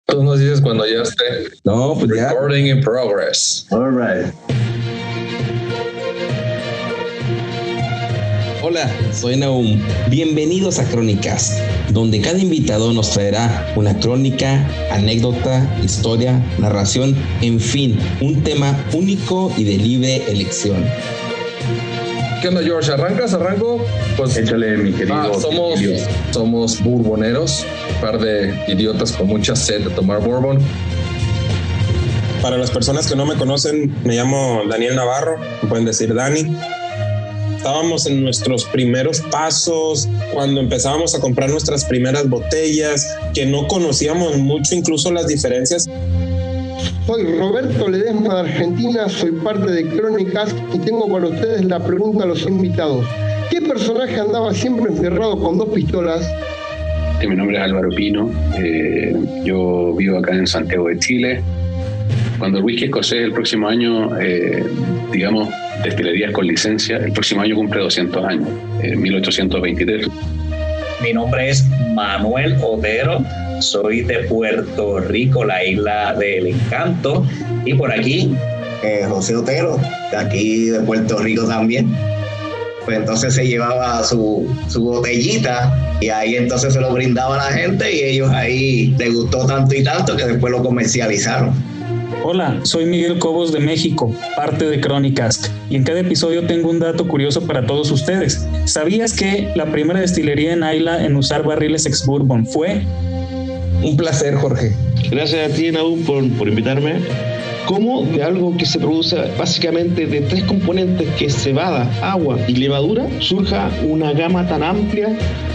Tú nos dices cuando ya esté. No, pues ya. Recording in progress. All right. Hola, soy Nahum. Bienvenidos a Crónicas, donde cada invitado nos traerá una crónica, anécdota, historia, narración, en fin, un tema único y de libre elección. ¿Qué onda, George? ¿Arrancas? ¿Arranco? Pues échale, mi querido. Somos bourboneros, un par de idiotas con mucha sed de tomar bourbon. Para las personas que no me conocen, me llamo Daniel Navarro, me pueden decir Dani. Estábamos en nuestros primeros pasos, cuando empezábamos a comprar nuestras primeras botellas, que no conocíamos mucho, incluso las diferencias. Soy Roberto Ledesma de Argentina, soy parte de Crónicas y tengo para ustedes la pregunta a los invitados. ¿Qué personaje andaba siempre encerrado con dos pistolas? Mi nombre es Álvaro Pino, yo vivo acá en Santiago de Chile. Cuando el whisky escocés el próximo año, destilerías con licencia, el próximo año cumple 200 años, 1823. Mi nombre es Manuel Otero, soy de Puerto Rico, la isla del encanto, y por aquí José Otero, de aquí de Puerto Rico también. Pues entonces se llevaba su botellita y ahí entonces se lo brindaba a la gente y ellos ahí les gustó tanto y tanto que después lo comercializaron. Hola, soy Miguel Cobos de México, parte de Crónicas, y en cada episodio tengo un dato curioso para todos ustedes. ¿Sabías que la primera destilería en Isla en usar barriles ex-bourbon fue? Un placer, Jorge. Gracias a ti, Nahum, por invitarme. ¿Cómo de algo que se produce básicamente de tres componentes, que es cebada, agua y levadura, surja una gama tan amplia?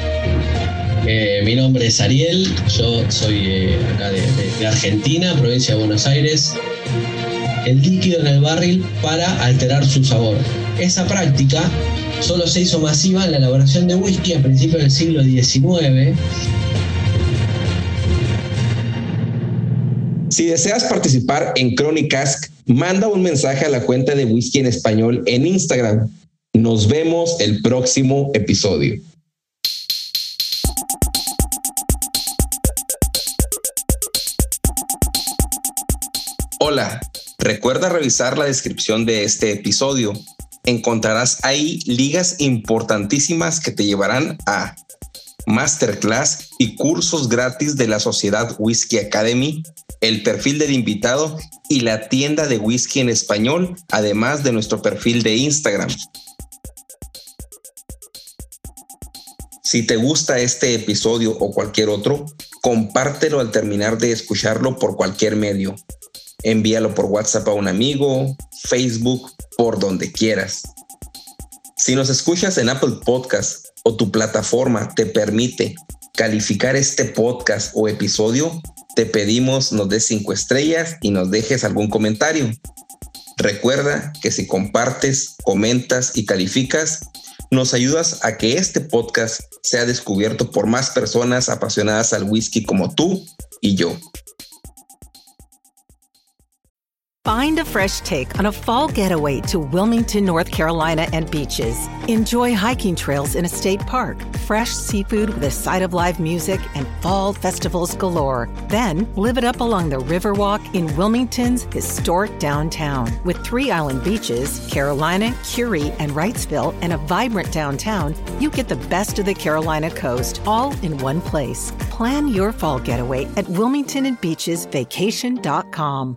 Mi nombre es Ariel, yo soy acá de Argentina, provincia de Buenos Aires. El líquido en el barril para alterar su sabor. Esa práctica solo se hizo masiva en la elaboración de whisky a principios del siglo XIX. Si deseas participar en Crónicas, manda un mensaje a la cuenta de Whisky en Español en Instagram. Nos vemos el próximo episodio. Hola, recuerda revisar la descripción de este episodio. Encontrarás ahí ligas importantísimas que te llevarán a masterclass y cursos gratis de la Sociedad Whisky Academy, el perfil del invitado y la tienda de whisky en español, además de nuestro perfil de Instagram. Si te gusta este episodio o cualquier otro, compártelo al terminar de escucharlo por cualquier medio. Envíalo por WhatsApp a un amigo, Facebook, por donde quieras. Si nos escuchas en Apple Podcast o tu plataforma te permite calificar este podcast o episodio, te pedimos nos des 5 estrellas y nos dejes algún comentario. Recuerda que si compartes, comentas y calificas, nos ayudas a que este podcast sea descubierto por más personas apasionadas al whisky como tú y yo. Find a fresh take on a fall getaway to Wilmington, North Carolina and beaches. Enjoy hiking trails in a state park, fresh seafood with a side of live music, and fall festivals galore. Then live it up along the Riverwalk in Wilmington's historic downtown. With 3 island beaches, Carolina, Curie, and Wrightsville, and a vibrant downtown, you get the best of the Carolina coast all in one place. Plan your fall getaway at WilmingtonandBeachesVacation.com.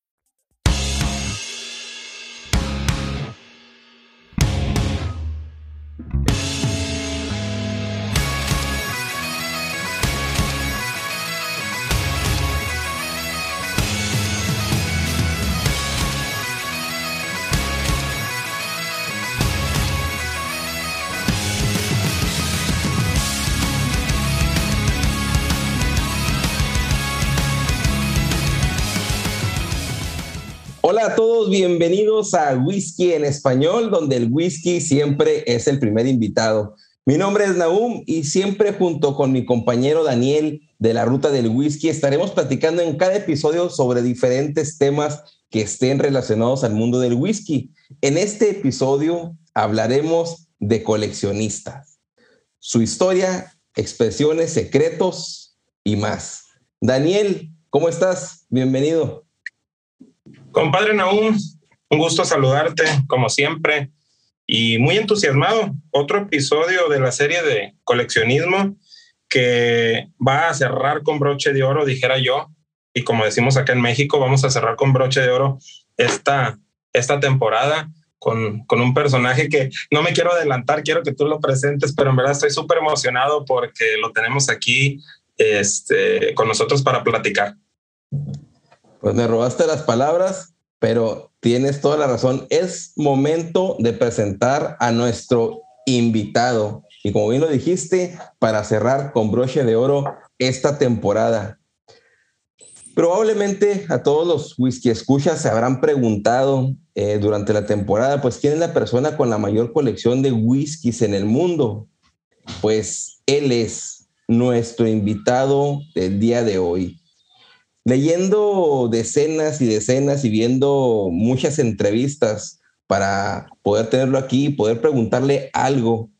Hola a todos, bienvenidos a Whisky en Español, donde el whisky siempre es el primer invitado. Mi nombre es Nahum y siempre junto con mi compañero Daniel de la Ruta del Whisky estaremos platicando en cada episodio sobre diferentes temas que estén relacionados al mundo del whisky. En este episodio hablaremos de coleccionistas, su historia, expresiones, secretos y más. Daniel, ¿cómo estás? Bienvenido. Compadre Nahum, un gusto saludarte, como siempre, y muy entusiasmado. Otro episodio de la serie de coleccionismo que va a cerrar con broche de oro, dijera yo, y como decimos acá en México, vamos a cerrar con broche de oro esta temporada con un personaje que no me quiero adelantar, quiero que tú lo presentes, pero en verdad estoy súper emocionado porque lo tenemos aquí con nosotros para platicar. Pues me robaste las palabras, pero tienes toda la razón. Es momento de presentar a nuestro invitado. Y como bien lo dijiste, para cerrar con broche de oro esta temporada. Probablemente a todos los whisky escuchas se habrán preguntado durante la temporada, pues, ¿quién es la persona con la mayor colección de whiskies en el mundo? Pues él es nuestro invitado del día de hoy. Leyendo decenas y decenas y viendo muchas entrevistas para poder tenerlo aquí y poder preguntarle algo,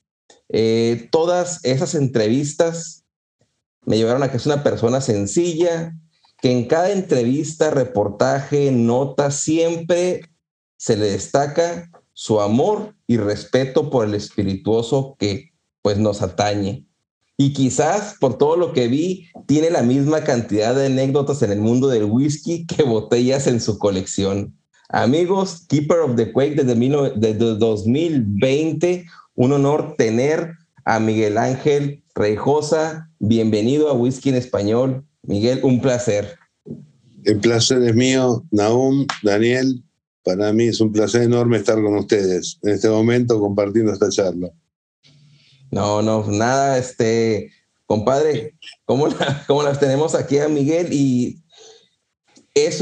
todas esas entrevistas me llevaron a que es una persona sencilla, que en cada entrevista, reportaje, nota, siempre se le destaca su amor y respeto por el espirituoso que pues nos atañe. Y quizás por todo lo que vi, tiene la misma cantidad de anécdotas en el mundo del whisky que botellas en su colección. Amigos, Keeper of the Quake desde 2020, un honor tener a Miguel Ángel Reijosa. Bienvenido a Whisky en Español. Miguel, un placer. El placer es mío, Nahum, Daniel. Para mí es un placer enorme estar con ustedes en este momento compartiendo esta charla. No, nada, compadre, ¿cómo las tenemos aquí a Miguel? Y es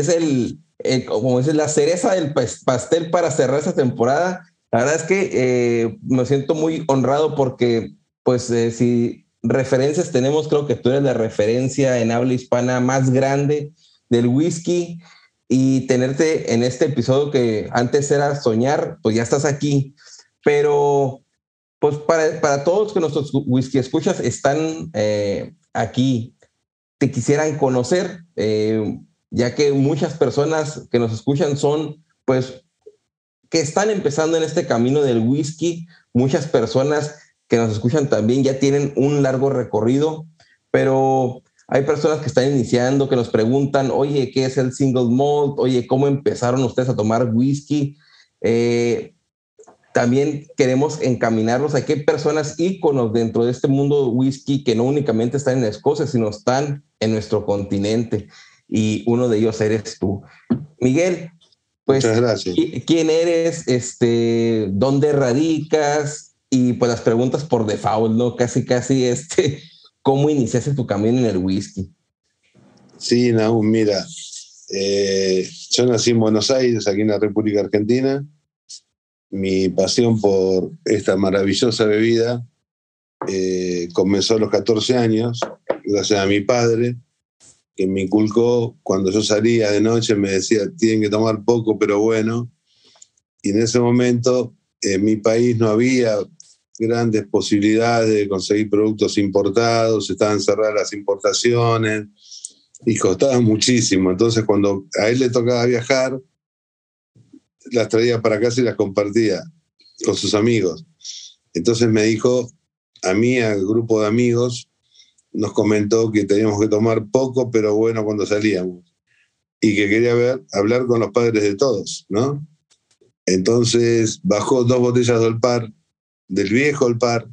como dices, la cereza del pastel para cerrar esta temporada. La verdad es que me siento muy honrado porque, pues, si referencias tenemos, creo que tú eres la referencia en habla hispana más grande del whisky, y tenerte en este episodio que antes era soñar, pues ya estás aquí. Pero pues para todos que nuestros whisky escuchas están aquí, te quisieran conocer, ya que muchas personas que nos escuchan son, pues, que están empezando en este camino del whisky. Muchas personas que nos escuchan también ya tienen un largo recorrido, pero hay personas que están iniciando, que nos preguntan, oye, ¿qué es el single malt? Oye, ¿cómo empezaron ustedes a tomar whisky? También queremos encaminarlos a qué personas íconos dentro de este mundo de whisky que no únicamente están en Escocia, sino están en nuestro continente. Y uno de ellos eres tú. Miguel, pues, muchas gracias. ¿Quién eres? ¿Dónde radicas? Y pues las preguntas por default, ¿no? Casi, ¿cómo iniciaste tu camino en el whisky? Sí, Nahum, mira, yo nací en Buenos Aires, aquí en la República Argentina. Mi pasión por esta maravillosa bebida comenzó a los 14 años, gracias a mi padre, que me inculcó cuando yo salía de noche, me decía, tienen que tomar poco, pero bueno. Y en ese momento, en mi país no había grandes posibilidades de conseguir productos importados, estaban cerradas las importaciones y costaba muchísimo. Entonces, cuando a él le tocaba viajar, las traía para casa y las compartía con sus amigos. Entonces me dijo, a mí, al grupo de amigos, nos comentó que teníamos que tomar poco, pero bueno cuando salíamos. Y que quería hablar con los padres de todos, ¿no? Entonces bajó 2 botellas de Old Parr, del viejo Old Parr,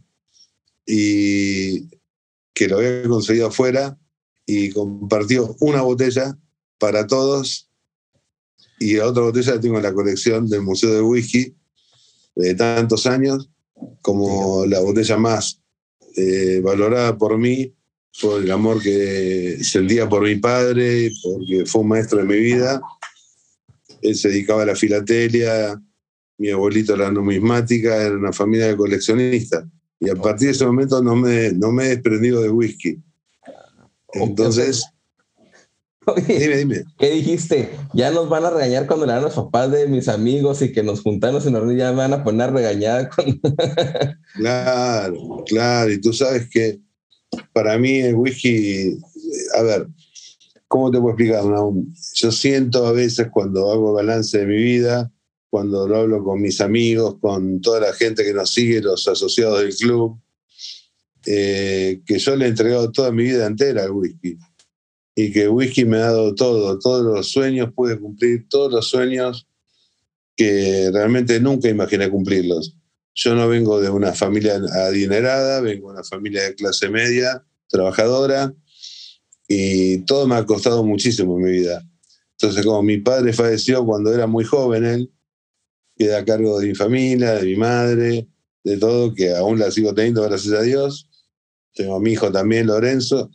y que lo había conseguido afuera, y compartió una botella para todos. Y la otra botella la tengo en la colección del Museo de Whisky de tantos años, como la botella más valorada por mí, por el amor que sentía por mi padre, porque fue un maestro de mi vida. Él se dedicaba a la filatelia, mi abuelito a la numismática, era una familia de coleccionistas. Y a partir de ese momento no me he desprendido de whisky. Entonces... Oye, dime. ¿Qué dijiste? Ya nos van a regañar cuando le dan a los papás de mis amigos y que nos juntamos en horno, ya me van a poner regañada. Claro. Y tú sabes que para mí el whisky, a ver, ¿cómo te puedo explicar? Yo siento a veces cuando hago balance de mi vida, cuando lo hablo con mis amigos, con toda la gente que nos sigue, los asociados del club, que yo le he entregado toda mi vida entera al whisky. Y que el whisky me ha dado todo, todos los sueños, pude cumplir todos los sueños que realmente nunca imaginé cumplirlos. Yo no vengo de una familia adinerada, vengo de una familia de clase media, trabajadora, y todo me ha costado muchísimo en mi vida. Entonces, como mi padre falleció cuando era muy joven, él queda a cargo de mi familia, de mi madre, de todo, que aún la sigo teniendo, gracias a Dios. Tengo a mi hijo también, Lorenzo,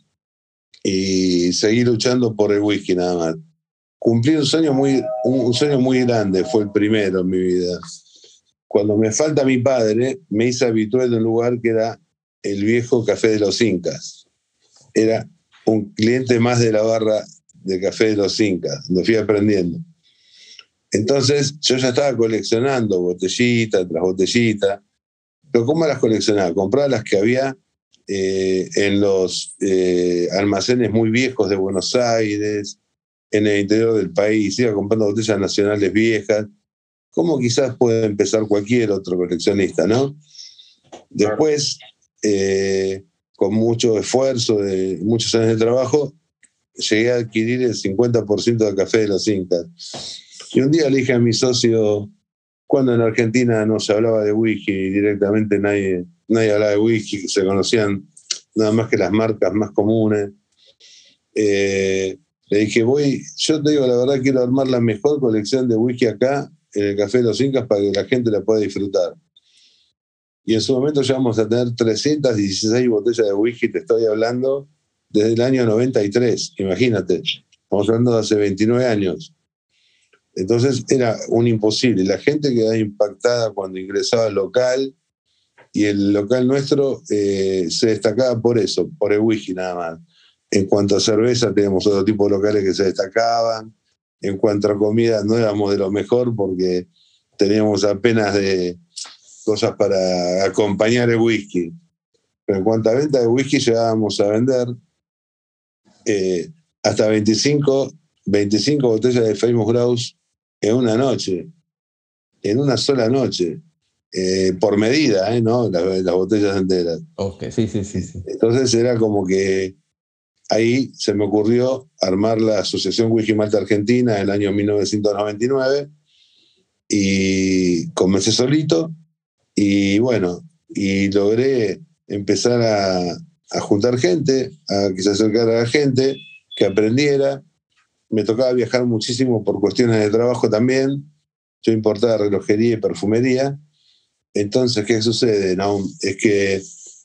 y seguí luchando por el whisky nada más. Cumplí un sueño muy grande, fue el primero en mi vida. Cuando me falta mi padre, me hice habitual de un lugar que era el viejo Café de los Incas. Era un cliente más de la barra de Café de los Incas, lo fui aprendiendo. Entonces yo ya estaba coleccionando botellita tras botellita, pero ¿cómo las coleccionaba? Compraba las que había en los almacenes muy viejos de Buenos Aires, en el interior del país, iba comprando botellas nacionales viejas, como quizás puede empezar cualquier otro coleccionista, ¿no? Después, con mucho esfuerzo, de muchos años de trabajo, llegué a adquirir el 50% del Café de los Incas. Y un día le dije a mi socio, cuando en Argentina no se hablaba de whisky, directamente nadie hablaba de whisky, se conocían nada más que las marcas más comunes. Le dije, yo te digo la verdad, quiero armar la mejor colección de whisky acá, en el Café de los Incas, para que la gente la pueda disfrutar. Y en su momento ya vamos a tener 316 botellas de whisky, te estoy hablando, desde el año 93, imagínate. Estamos hablando de hace 29 años. Entonces era un imposible. La gente quedaba impactada cuando ingresaba al local, y el local nuestro se destacaba por eso, por el whisky nada más. En cuanto a cerveza, teníamos otro tipo de locales que se destacaban. En cuanto a comida, no éramos de lo mejor porque teníamos apenas de cosas para acompañar el whisky. Pero en cuanto a venta de whisky, llegábamos a vender hasta 25 botellas de Famous Grouse en una noche, en una sola noche, por medida, ¿no? Las botellas enteras. Ok, sí. Entonces era como que ahí se me ocurrió armar la Asociación Whisky Malta Argentina en el año 1999, y comencé solito, y bueno, y logré empezar a juntar gente, a que se acercara a la gente, que aprendiera. Me tocaba viajar muchísimo por cuestiones de trabajo también. Yo importaba relojería y perfumería. Entonces, ¿qué sucede? No, es que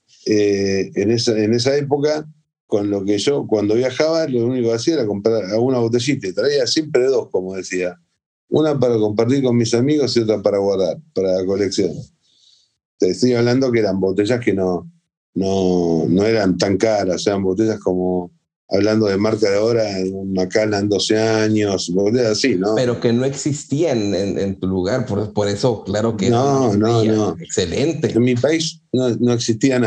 en esa época, con lo que yo, cuando viajaba, lo único que hacía era comprar una botellita, y traía siempre dos, como decía. Una para compartir con mis amigos y otra para guardar, para la colección. Te estoy hablando que eran botellas que no eran tan caras, eran botellas como, hablando de marca de ahora, un Macallan 12 años, botellas así, ¿no? Pero que no existían en tu lugar, por eso, claro que no. Excelente. En mi país no existía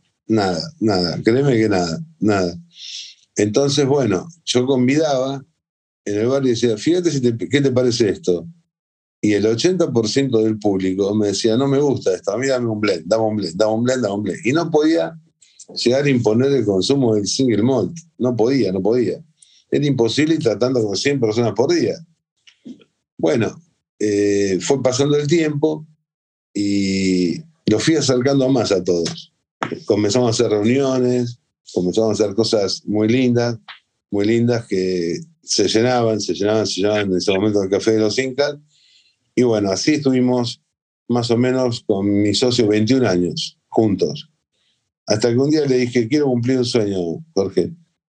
nada, créeme que nada. Entonces, bueno, yo convidaba en el bar y decía, fíjate ¿qué te parece esto? Y el 80% del público me decía, no me gusta esto, a mí dame un blend. Y no podía llegar a imponer el consumo del single malt. No podía. Era imposible, y tratando con 100 personas por día. Bueno, fue pasando el tiempo y lo fui acercando más a todos. Comenzamos a hacer reuniones, comenzamos a hacer cosas muy lindas que se llenaban en ese momento el Café de los Incas. Y bueno, así estuvimos más o menos con mi socio 21 años juntos. Hasta que un día le dije, quiero cumplir un sueño, Jorge.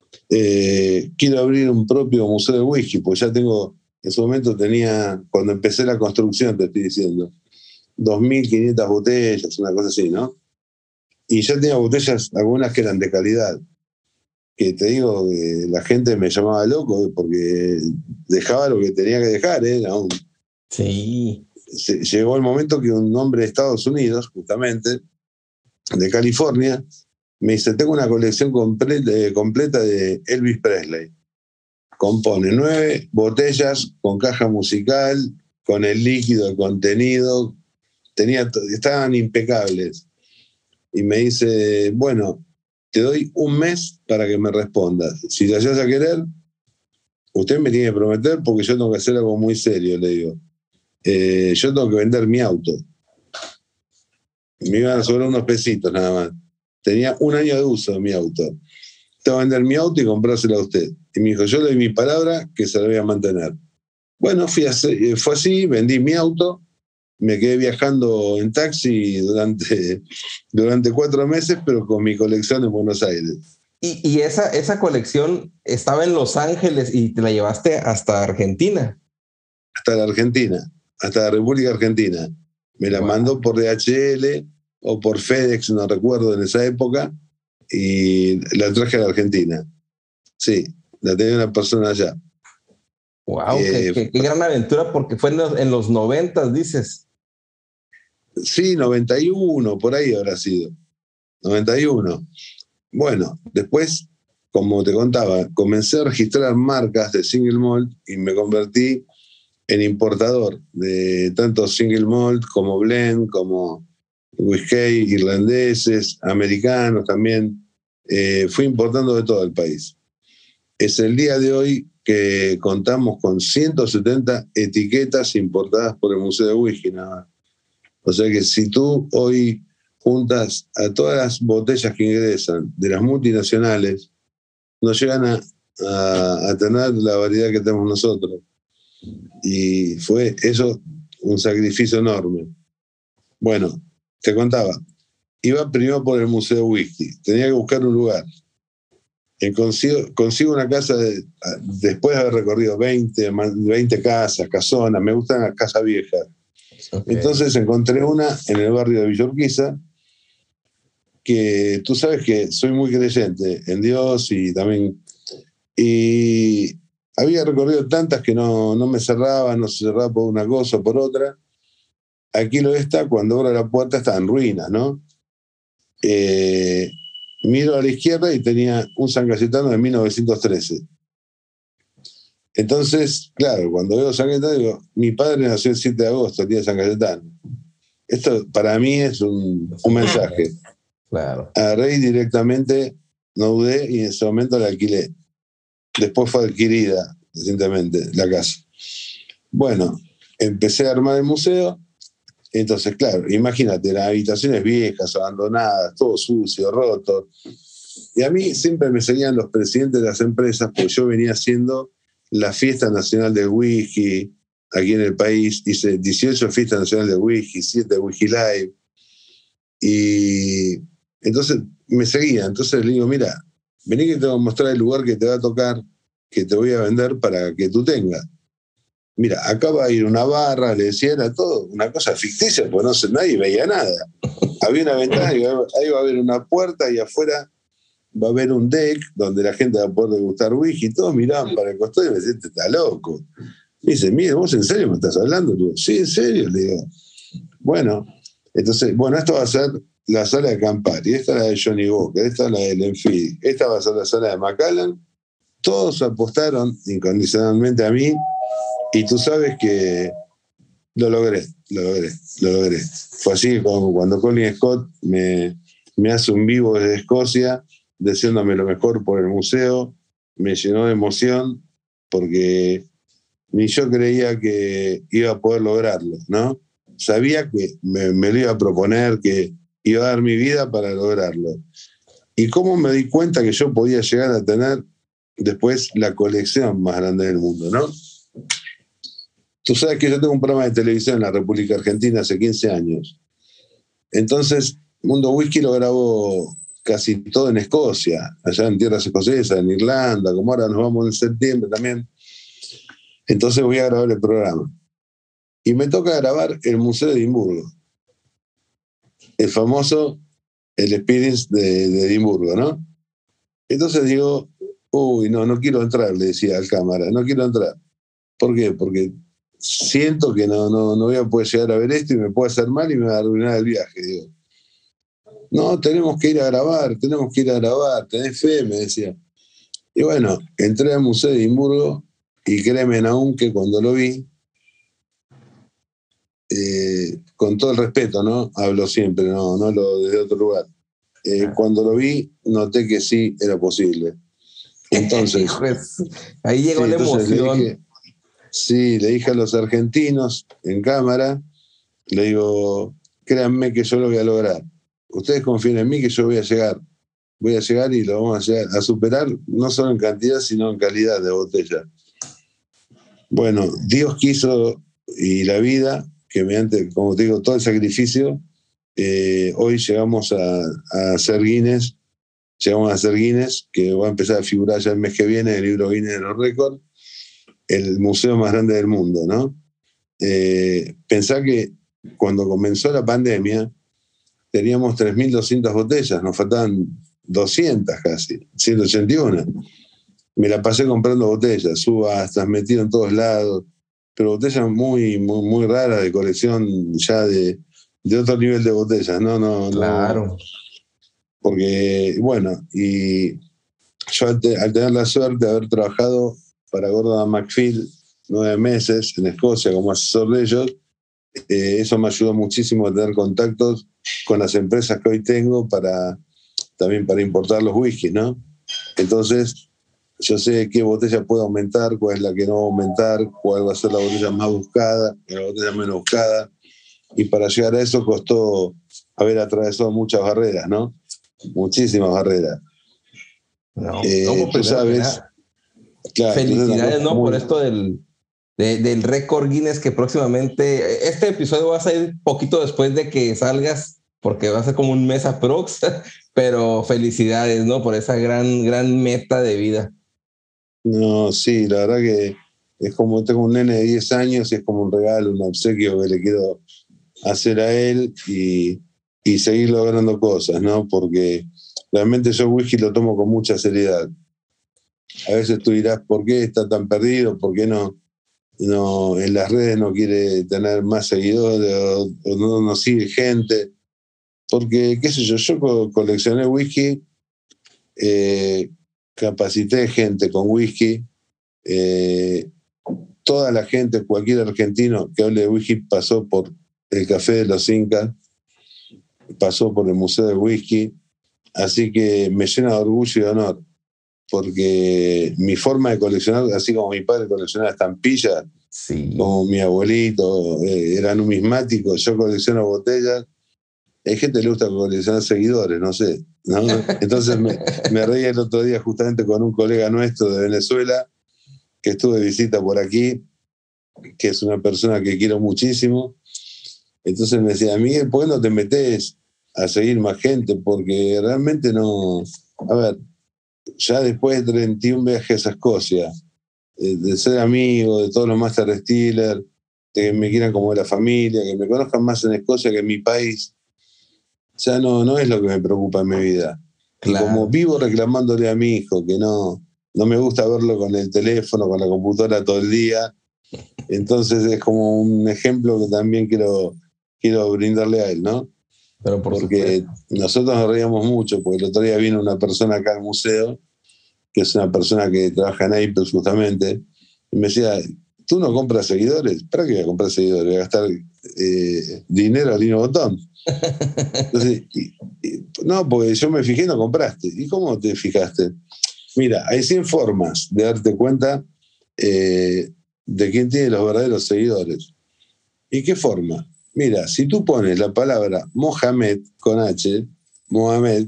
Quiero abrir un propio museo de whisky, porque ya tengo, en su momento tenía, cuando empecé la construcción, te estoy diciendo, 2.500 botellas, una cosa así, ¿no? Y ya tenía botellas, algunas que eran de calidad, que te digo que la gente me llamaba loco porque dejaba lo que tenía que dejar, ¿no? Sí. Llegó el momento que un hombre de Estados Unidos, justamente, de California, me dice, tengo una colección completa de Elvis Presley. compone 9 botellas con caja musical, con el líquido, el contenido, estaban impecables. Y me dice, bueno, te doy un mes para que me respondas. Si te hayas a querer, usted me tiene que prometer porque yo tengo que hacer algo muy serio, le digo. Yo tengo que vender mi auto. Me iban a sobrar unos pesitos nada más. Tenía 1 año de uso de mi auto. Tengo que vender mi auto y comprárselo a usted. Y me dijo, yo le doy mi palabra que se la voy a mantener. Bueno, fue así, vendí mi auto, me quedé viajando en taxi durante 4 meses, pero con mi colección en Buenos Aires. Y esa colección estaba en Los Ángeles y te la llevaste hasta Argentina. Hasta la Argentina, hasta la República Argentina. Me la mandó por DHL o por FedEx, no recuerdo en esa época, y la traje a la Argentina. Sí, la tenía una persona allá. Wow, qué gran aventura, porque fue en los 90, dices. Sí, 91, por ahí habrá sido. 91. Bueno, después, como te contaba, comencé a registrar marcas de single malt y me convertí en importador de tanto single malt como blend, como whisky irlandeses, americanos también. Fui importando de todo el país. Es el día de hoy que contamos con 170 etiquetas importadas por el Museo de Whisky, nada más. O sea que si tú hoy juntas a todas las botellas que ingresan de las multinacionales, no llegan a tener la variedad que tenemos nosotros. Y fue eso un sacrificio enorme. Bueno, te contaba, iba primero por el Museo de Whisky, tenía que buscar un lugar. Consigo una casa, después de haber recorrido 20 casas, casonas, me gustan las casas viejas. Okay. Entonces encontré una en el barrio de Villa Urquiza, que tú sabes que soy muy creyente en Dios y también... Y había recorrido tantas que no me cerraba, no se cerraba por una cosa o por otra. Aquí lo está, cuando abro la puerta está en ruinas, ¿no? Miro a la izquierda y tenía un San Cayetano de 1913. Entonces, claro, cuando veo San Cayetano digo, mi padre nació el 7 de agosto, el día de San Cayetano. Esto para mí es un mensaje. Claro. Agarré directamente, no dudé y en ese momento la alquilé. Después fue adquirida recientemente la casa. Bueno, empecé a armar el museo. Entonces, claro, imagínate, las habitaciones viejas, abandonadas, todo sucio, roto. Y a mí siempre me seguían los presidentes de las empresas, porque yo venía haciendo la Fiesta Nacional del Whisky aquí en el país. Hice 18 Fiestas Nacionales del Whisky, 7 Whisky Live. Y entonces me seguían. Entonces le digo, mira, vení que te voy a mostrar el lugar que te va a tocar, que te voy a vender para que tú tengas. Mira, acá va a ir una barra, le decía, era todo una cosa ficticia, porque nadie veía nada. Había una ventana y ahí va a haber una puerta y afuera va a haber un deck donde la gente va a poder degustar whisky. Todos miraban para el costado y me decían, está loco. Me dice, mire, ¿vos en serio me estás hablando? Le digo, sí, en serio. Le digo, bueno, entonces, esto va a ser la sala de acampar, y esta es la de Johnny Walker, esta es la de Lenfield, esta va a ser la sala de Macallan. Todos apostaron incondicionalmente a mí. Y tú sabes que lo logré. Fue así como cuando Colin Scott me hace un vivo desde Escocia, deseándome lo mejor por el museo. Me llenó de emoción porque ni yo creía que iba a poder lograrlo, ¿no? Sabía que me lo iba a proponer, que iba a dar mi vida para lograrlo. Y cómo me di cuenta que yo podía llegar a tener después la colección más grande del mundo, ¿no? Tú sabes que yo tengo un programa de televisión en la República Argentina hace 15 años. Entonces, Mundo Whisky lo grabó casi todo en Escocia, allá en tierras escocesas, en Irlanda, como ahora nos vamos en septiembre también. Entonces voy a grabar el programa. Y me toca grabar el Museo de Edimburgo. El famoso, el Experience de Edimburgo, ¿no? Entonces digo, no quiero entrar, le decía al cámara, no quiero entrar. ¿Por qué? Porque siento que no voy a poder llegar a ver esto y me puede hacer mal y me va a arruinar el viaje. Digo, no, tenemos que ir a grabar, tenés fe, me decía. Y bueno, entré al Museo de Edimburgo y créeme aún que cuando lo vi, con todo el respeto, ¿no? Hablo siempre, no lo desde otro lugar. Cuando lo vi, noté que sí era posible. Entonces, ahí llegó la emoción. Le dije a los argentinos en cámara, le digo, créanme que yo lo voy a lograr. Ustedes confíen en mí que yo voy a llegar. Voy a llegar y lo vamos a superar, no solo en cantidad, sino en calidad de botella. Bueno, Dios quiso y la vida, que mediante, como te digo, todo el sacrificio, hoy llegamos a hacer Guinness. Llegamos a hacer Guinness, que va a empezar a figurar ya el mes que viene en el libro Guinness de los récords, el museo más grande del mundo, ¿no? Pensá que cuando comenzó la pandemia teníamos 3.200 botellas, nos faltaban 200 casi, 181. Me la pasé comprando botellas, subastas, metido en todos lados, pero botellas muy, muy, muy raras, de colección ya de otro nivel de botellas, no. Claro. Porque, bueno, y yo al tener la suerte de haber trabajado para Gordon Macphail 9 meses en Escocia como asesor de ellos, eso me ayudó muchísimo a tener contactos con las empresas que hoy tengo también para importar los whiskies, ¿no? Entonces, yo sé qué botella puedo aumentar, cuál es la que no va a aumentar, cuál va a ser la botella más buscada, la botella menos buscada. Y para llegar a eso costó haber atravesado muchas barreras, ¿no? Muchísimas barreras. Tú sabes. Claro, felicidades, ¿no? Por esto del récord Guinness, que próximamente, este episodio va a salir poquito después de que salgas, porque va a ser como un mes aprox, pero felicidades, ¿no? Por esa gran meta de vida. No, sí, la verdad que es como, tengo un nene de 10 años y es como un regalo, un obsequio que le quiero hacer a él y seguir logrando cosas, ¿no? Porque realmente yo whisky lo tomo con mucha seriedad. A veces tú dirás, ¿por qué está tan perdido? ¿Por qué no en las redes no quiere tener más seguidores o no sigue gente? Porque, qué sé yo coleccioné whisky, capacité gente con whisky, toda la gente, cualquier argentino que hable de whisky pasó por el Café de los Incas, pasó por el Museo del Whisky, así que me llena de orgullo y de honor, porque mi forma de coleccionar, así como mi padre coleccionaba estampillas, como mi abuelito era numismático, yo colecciono botellas. Hay gente que le gusta coleccionar seguidores, no sé, ¿no? Entonces me reí el otro día justamente con un colega nuestro de Venezuela que estuve de visita por aquí, que es una persona que quiero muchísimo. Entonces me decía, Miguel, ¿por qué no te metes a seguir más gente? Porque realmente no... A ver, ya después de 31 viajes a Escocia, de ser amigo de todos los Master Distillers, de que me quieran como de la familia, que me conozcan más en Escocia que en mi país, ya no es lo que me preocupa en mi vida. Claro. Y como vivo reclamándole a mi hijo que no me gusta verlo con el teléfono, con la computadora todo el día, entonces es como un ejemplo que también quiero brindarle a él, ¿no? Pero porque nosotros nos reíamos mucho, porque el otro día vino una persona acá al museo, que es una persona que trabaja en Apple justamente, y me decía, ¿tú no compras seguidores? ¿Para qué voy a comprar seguidores? Voy a gastar dinero al mismo botón. Entonces, no, porque yo me fijé y no compraste. ¿Y cómo te fijaste? Mira, hay 100 formas de darte cuenta de quién tiene los verdaderos seguidores. ¿Y qué forma? Mira, si tú pones la palabra Mohamed con H, Mohamed,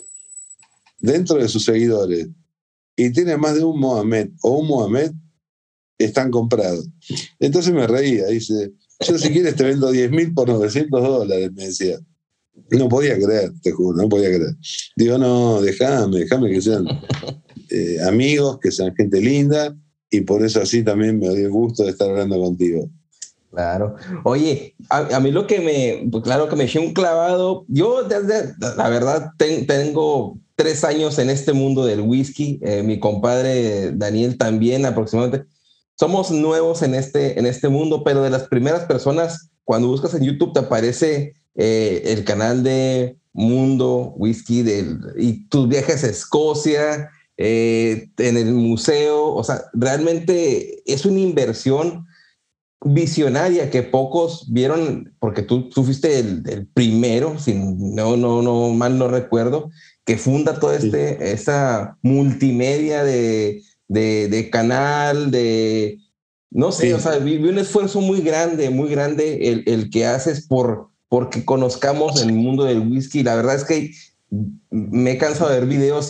dentro de sus seguidores, y tiene más de un Mohamed o un Mohamed, están comprados. Entonces me reía, dice, yo si quieres te vendo 10.000 por $900, me decía. No podía creer, te juro, no podía creer. Digo, no, déjame que sean amigos, que sean gente linda, y por eso así también me doy el gusto de estar hablando contigo. Claro. Oye, a mí lo que me echó un clavado, yo la verdad tengo 3 años en este mundo del whisky, mi compadre Daniel también aproximadamente. Somos nuevos en este mundo, pero de las primeras personas, cuando buscas en YouTube te aparece el canal de Mundo Whisky y tus viajes a Escocia, en el museo. O sea, realmente es una inversión visionaria que pocos vieron, porque tú fuiste el primero, si no mal no recuerdo, que funda toda esta multimedia de canal, no sé, o sea, vi un esfuerzo muy grande el que haces porque conozcamos el mundo del whisky. La verdad es que me he cansado de ver videos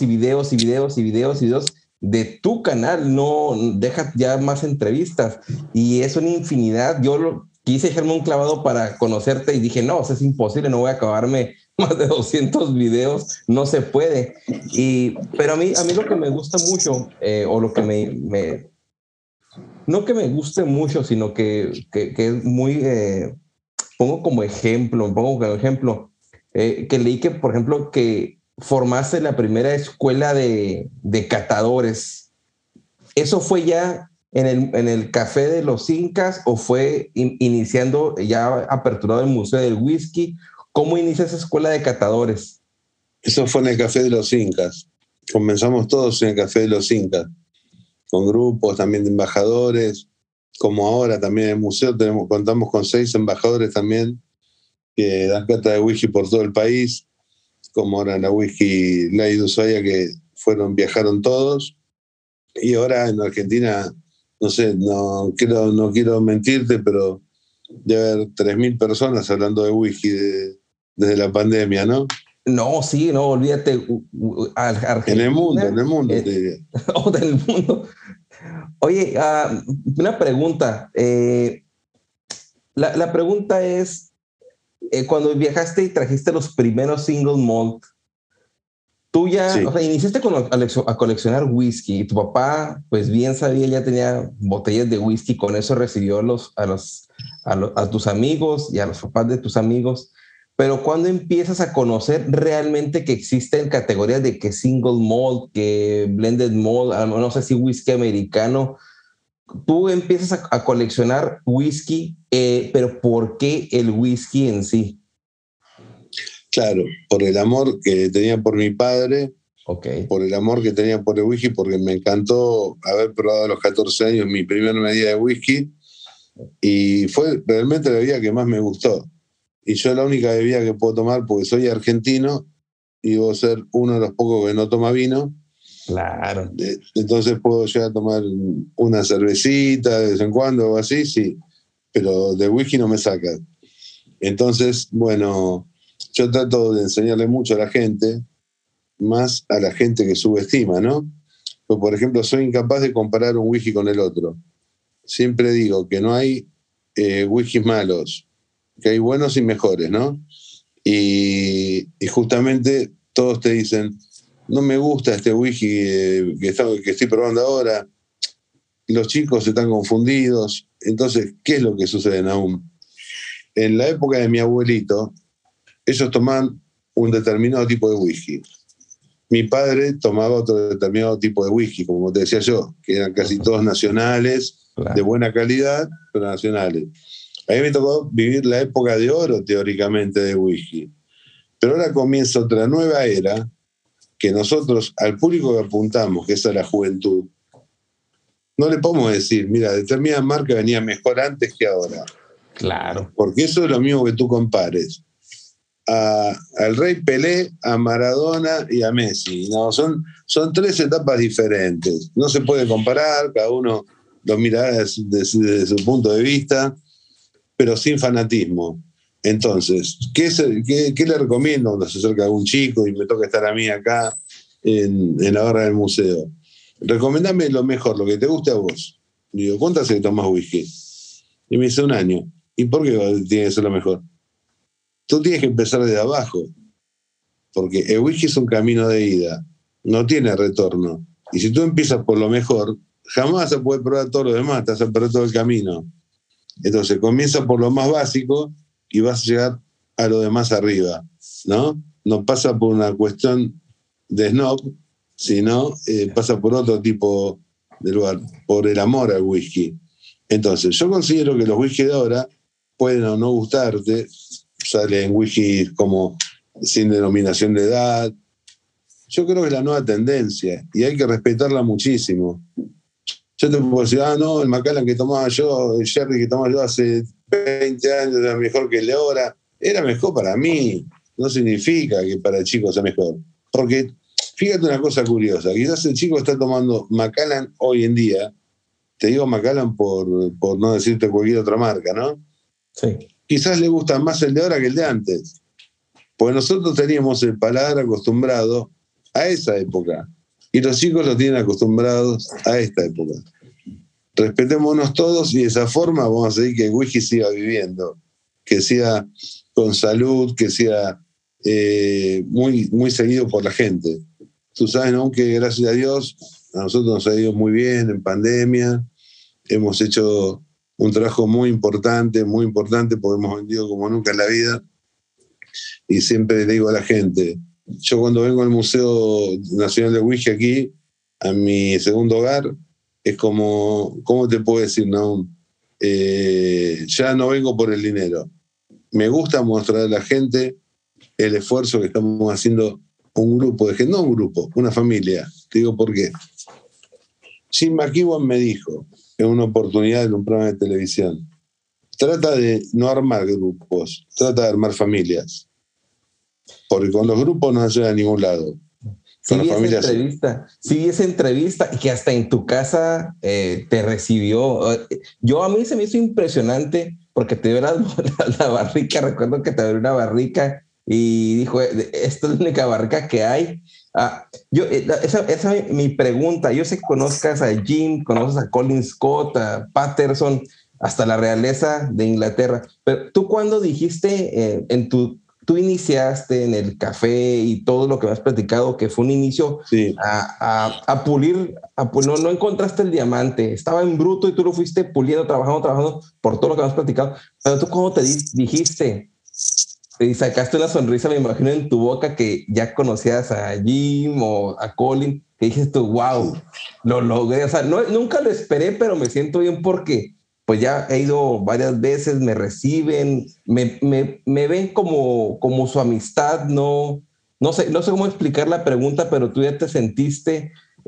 de tu canal, no deja ya más entrevistas y es una infinidad. Yo quise echarme un clavado para conocerte y dije, no, eso es imposible, no voy a acabarme más de 200 videos, no se puede. Pero a mí lo que me gusta mucho, o lo que no que me guste mucho, sino que es muy, pongo como ejemplo, que leí que, por ejemplo, que formaste la primera escuela de catadores. ¿Eso fue ya en el Café de los Incas o fue iniciando ya aperturado el Museo del Whisky? ¿Cómo inicia esa escuela de catadores? Eso fue en el Café de los Incas. Comenzamos todos en el Café de los Incas, con grupos también de embajadores, como ahora también en el museo contamos con 6 embajadores también que dan cata de whisky por todo el país, como ahora en la Whisky Ley de Ushuaia, que viajaron todos, y ahora en Argentina, no sé, no quiero mentirte, pero debe haber 3.000 personas hablando de whisky desde la pandemia, ¿no? No, sí, no, olvídate. Argentina, en el mundo. Del mundo. Oye, una pregunta. La pregunta es, cuando viajaste y trajiste los primeros single malt, tú ya, sí, o sea, iniciaste a coleccionar whisky y tu papá, pues bien sabía, ya tenía botellas de whisky, con eso recibió a tus amigos y a los papás de tus amigos. Pero cuando empiezas a conocer realmente que existen categorías de que single malt, que blended malt, no sé si whisky americano, tú empiezas a coleccionar whisky, pero ¿por qué el whisky en sí? Claro, por el amor que tenía por mi padre, okay, por el amor que tenía por el whisky, porque me encantó haber probado a los 14 años mi primera medida de whisky y fue realmente la bebida que más me gustó. Y yo la única bebida que puedo tomar, porque soy argentino y debo ser uno de los pocos que no toma vino. Claro. Entonces puedo llegar a tomar una cervecita de vez en cuando o así, sí, pero de whisky no me saca. Entonces, bueno, yo trato de enseñarle mucho a la gente, más a la gente que subestima, ¿no? Pues, por ejemplo, soy incapaz de comparar un whisky con el otro. Siempre digo que no hay whiskys malos, que hay buenos y mejores, ¿no? Y justamente todos te dicen, no me gusta este whisky que estoy probando ahora, los chicos están confundidos. Entonces, ¿qué es lo que sucede, Nahum? En la época de mi abuelito, ellos tomaban un determinado tipo de whisky. Mi padre tomaba otro determinado tipo de whisky, como te decía yo, que eran casi todos nacionales, claro, de buena calidad, pero nacionales. A mí me tocó vivir la época de oro, teóricamente, de whisky. Pero ahora comienza otra nueva era, que nosotros, al público que apuntamos, que es a la juventud, no le podemos decir, mira, determinada marca venía mejor antes que ahora. Claro. Porque eso es lo mismo que tú compares al Rey Pelé, a Maradona y a Messi. No, son 3 etapas diferentes. No se puede comparar, cada uno lo mira desde su punto de vista, pero sin fanatismo. Entonces, ¿qué le recomiendo cuando se acerca algún chico y me toca estar a mí acá en la barra del museo? Recomendame lo mejor, lo que te guste a vos. Digo, ¿cuánto hace que tomás whisky? Y me dice 1 año. ¿Y por qué tiene que ser lo mejor? Tú tienes que empezar desde abajo, porque el whisky es un camino de ida, no tiene retorno. Y si tú empiezas por lo mejor, jamás vas a poder probar todo lo demás, te vas a perder todo el camino. Entonces comienza por lo más básico y vas a llegar a lo demás arriba, ¿no? No pasa por una cuestión de snob, sino pasa por otro tipo de lugar, por el amor al whisky. Entonces, yo considero que los whisky de ahora pueden o no gustarte, salen whisky como sin denominación de edad. yo creo que es la nueva tendencia y hay que respetarla muchísimo. Yo te puedo decir, no, el Macallan que tomaba yo, el Sherry que tomaba yo hace 20 años era mejor que el de ahora. Era mejor para mí, no significa que para el chico sea mejor. Porque fíjate una cosa curiosa, quizás el chico está tomando Macallan hoy en día, te digo Macallan por no decirte cualquier otra marca, ¿no? Sí. Quizás le gusta más el de ahora que el de antes. Porque nosotros teníamos el paladar acostumbrado a esa época. Y los chicos lo tienen acostumbrados a esta época. Respetémonos todos y de esa forma vamos a seguir que el whisky siga viviendo, que sea con salud, que sea muy, muy seguido por la gente. Tú sabes, ¿no? Que gracias a Dios a nosotros nos ha ido muy bien en pandemia. Hemos hecho un trabajo muy importante porque hemos vendido como nunca en la vida. Y siempre le digo a la gente, yo cuando vengo al Museo Nacional de Whisky aquí, a mi segundo hogar, es como, ¿cómo te puedo decir? No? Ya no vengo por el dinero. Me gusta mostrar a la gente el esfuerzo que estamos haciendo un grupo de gente, no un grupo, una familia. Te digo por qué. Jim McEwan me dijo en una oportunidad en un programa de televisión, trata de no armar grupos, trata de armar familias. Porque con los grupos no se llega a ningún lado. Sí vi esa entrevista y que hasta en tu casa te recibió. A mí se me hizo impresionante porque te dio la barrica. Recuerdo que te abrió una barrica y dijo, esta es la única barrica que hay. Esa es mi pregunta. Yo sé que conozcas a Jim, conoces a Colin Scott, a Patterson, hasta la realeza de Inglaterra. Pero tú cuando dijiste tú iniciaste en el café y todo lo que me has platicado, que fue un inicio sí. a pulir, no encontraste el diamante, estaba en bruto y tú lo fuiste puliendo, trabajando por todo lo que me has platicado. Pero tú cuando te dijiste y sacaste una sonrisa, me imagino en tu boca, que ya conocías a Jim o a Colin, que dijiste tú, wow, lo logré. O sea, nunca lo esperé, pero me siento bien porque pues ya he ido varias veces, me reciben, me ven como su amistad. No sé cómo explicar la pregunta, pero tú ya te sentiste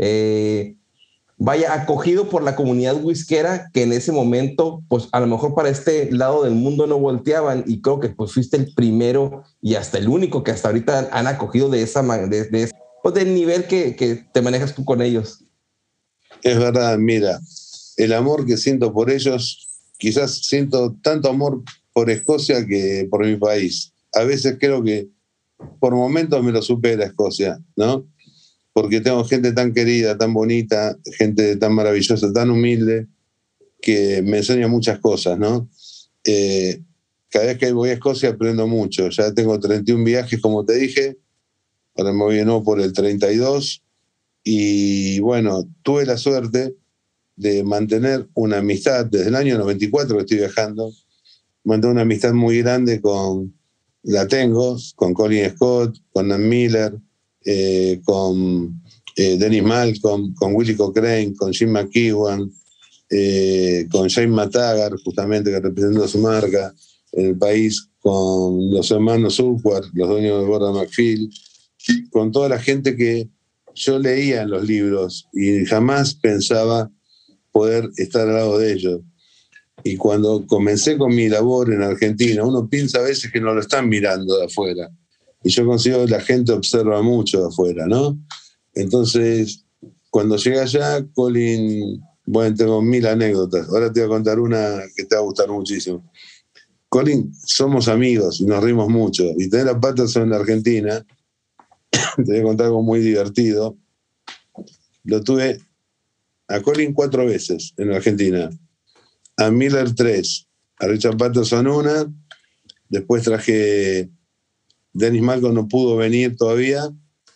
acogido por la comunidad whiskera, que en ese momento, pues a lo mejor para este lado del mundo no volteaban, y creo que pues fuiste el primero y hasta el único que hasta ahorita han acogido del nivel que te manejas tú con ellos. Es verdad, mira, el amor que siento por ellos, quizás siento tanto amor por Escocia que por mi país. A veces creo que por momentos me lo supera Escocia, ¿no? Porque tengo gente tan querida, tan bonita, gente tan maravillosa, tan humilde, que me enseña muchas cosas, ¿no? Cada vez que voy a Escocia aprendo mucho. Ya tengo 31 viajes, como te dije, ahora me voy de nuevo por el 32, y bueno, tuve la suerte de mantener una amistad desde el año 94 que estoy viajando, mantener una amistad muy grande con Colin Scott, con Nan Miller, con Dennis Malcolm, con Willie Cochrane, con Jim McEwan, con James Matagar, justamente, que representa su marca en el país, con los hermanos Urquhart, los dueños de Gordon McPhail, con toda la gente que yo leía en los libros y jamás pensaba poder estar al lado de ellos. Y cuando comencé con mi labor en Argentina, uno piensa a veces que no lo están mirando de afuera. Y yo considero que la gente observa mucho de afuera, ¿no? Entonces, cuando llegué allá, Colin, bueno, tengo 1000 anécdotas. Ahora te voy a contar una que te va a gustar muchísimo. Colin, somos amigos y nos rimos mucho. Y tener a Patterson en la Argentina, te voy a contar algo muy divertido. Lo tuve a Colin 4 veces en Argentina, a Miller 3, a Richard Patterson 1, después traje Dennis Malcolm, no pudo venir todavía,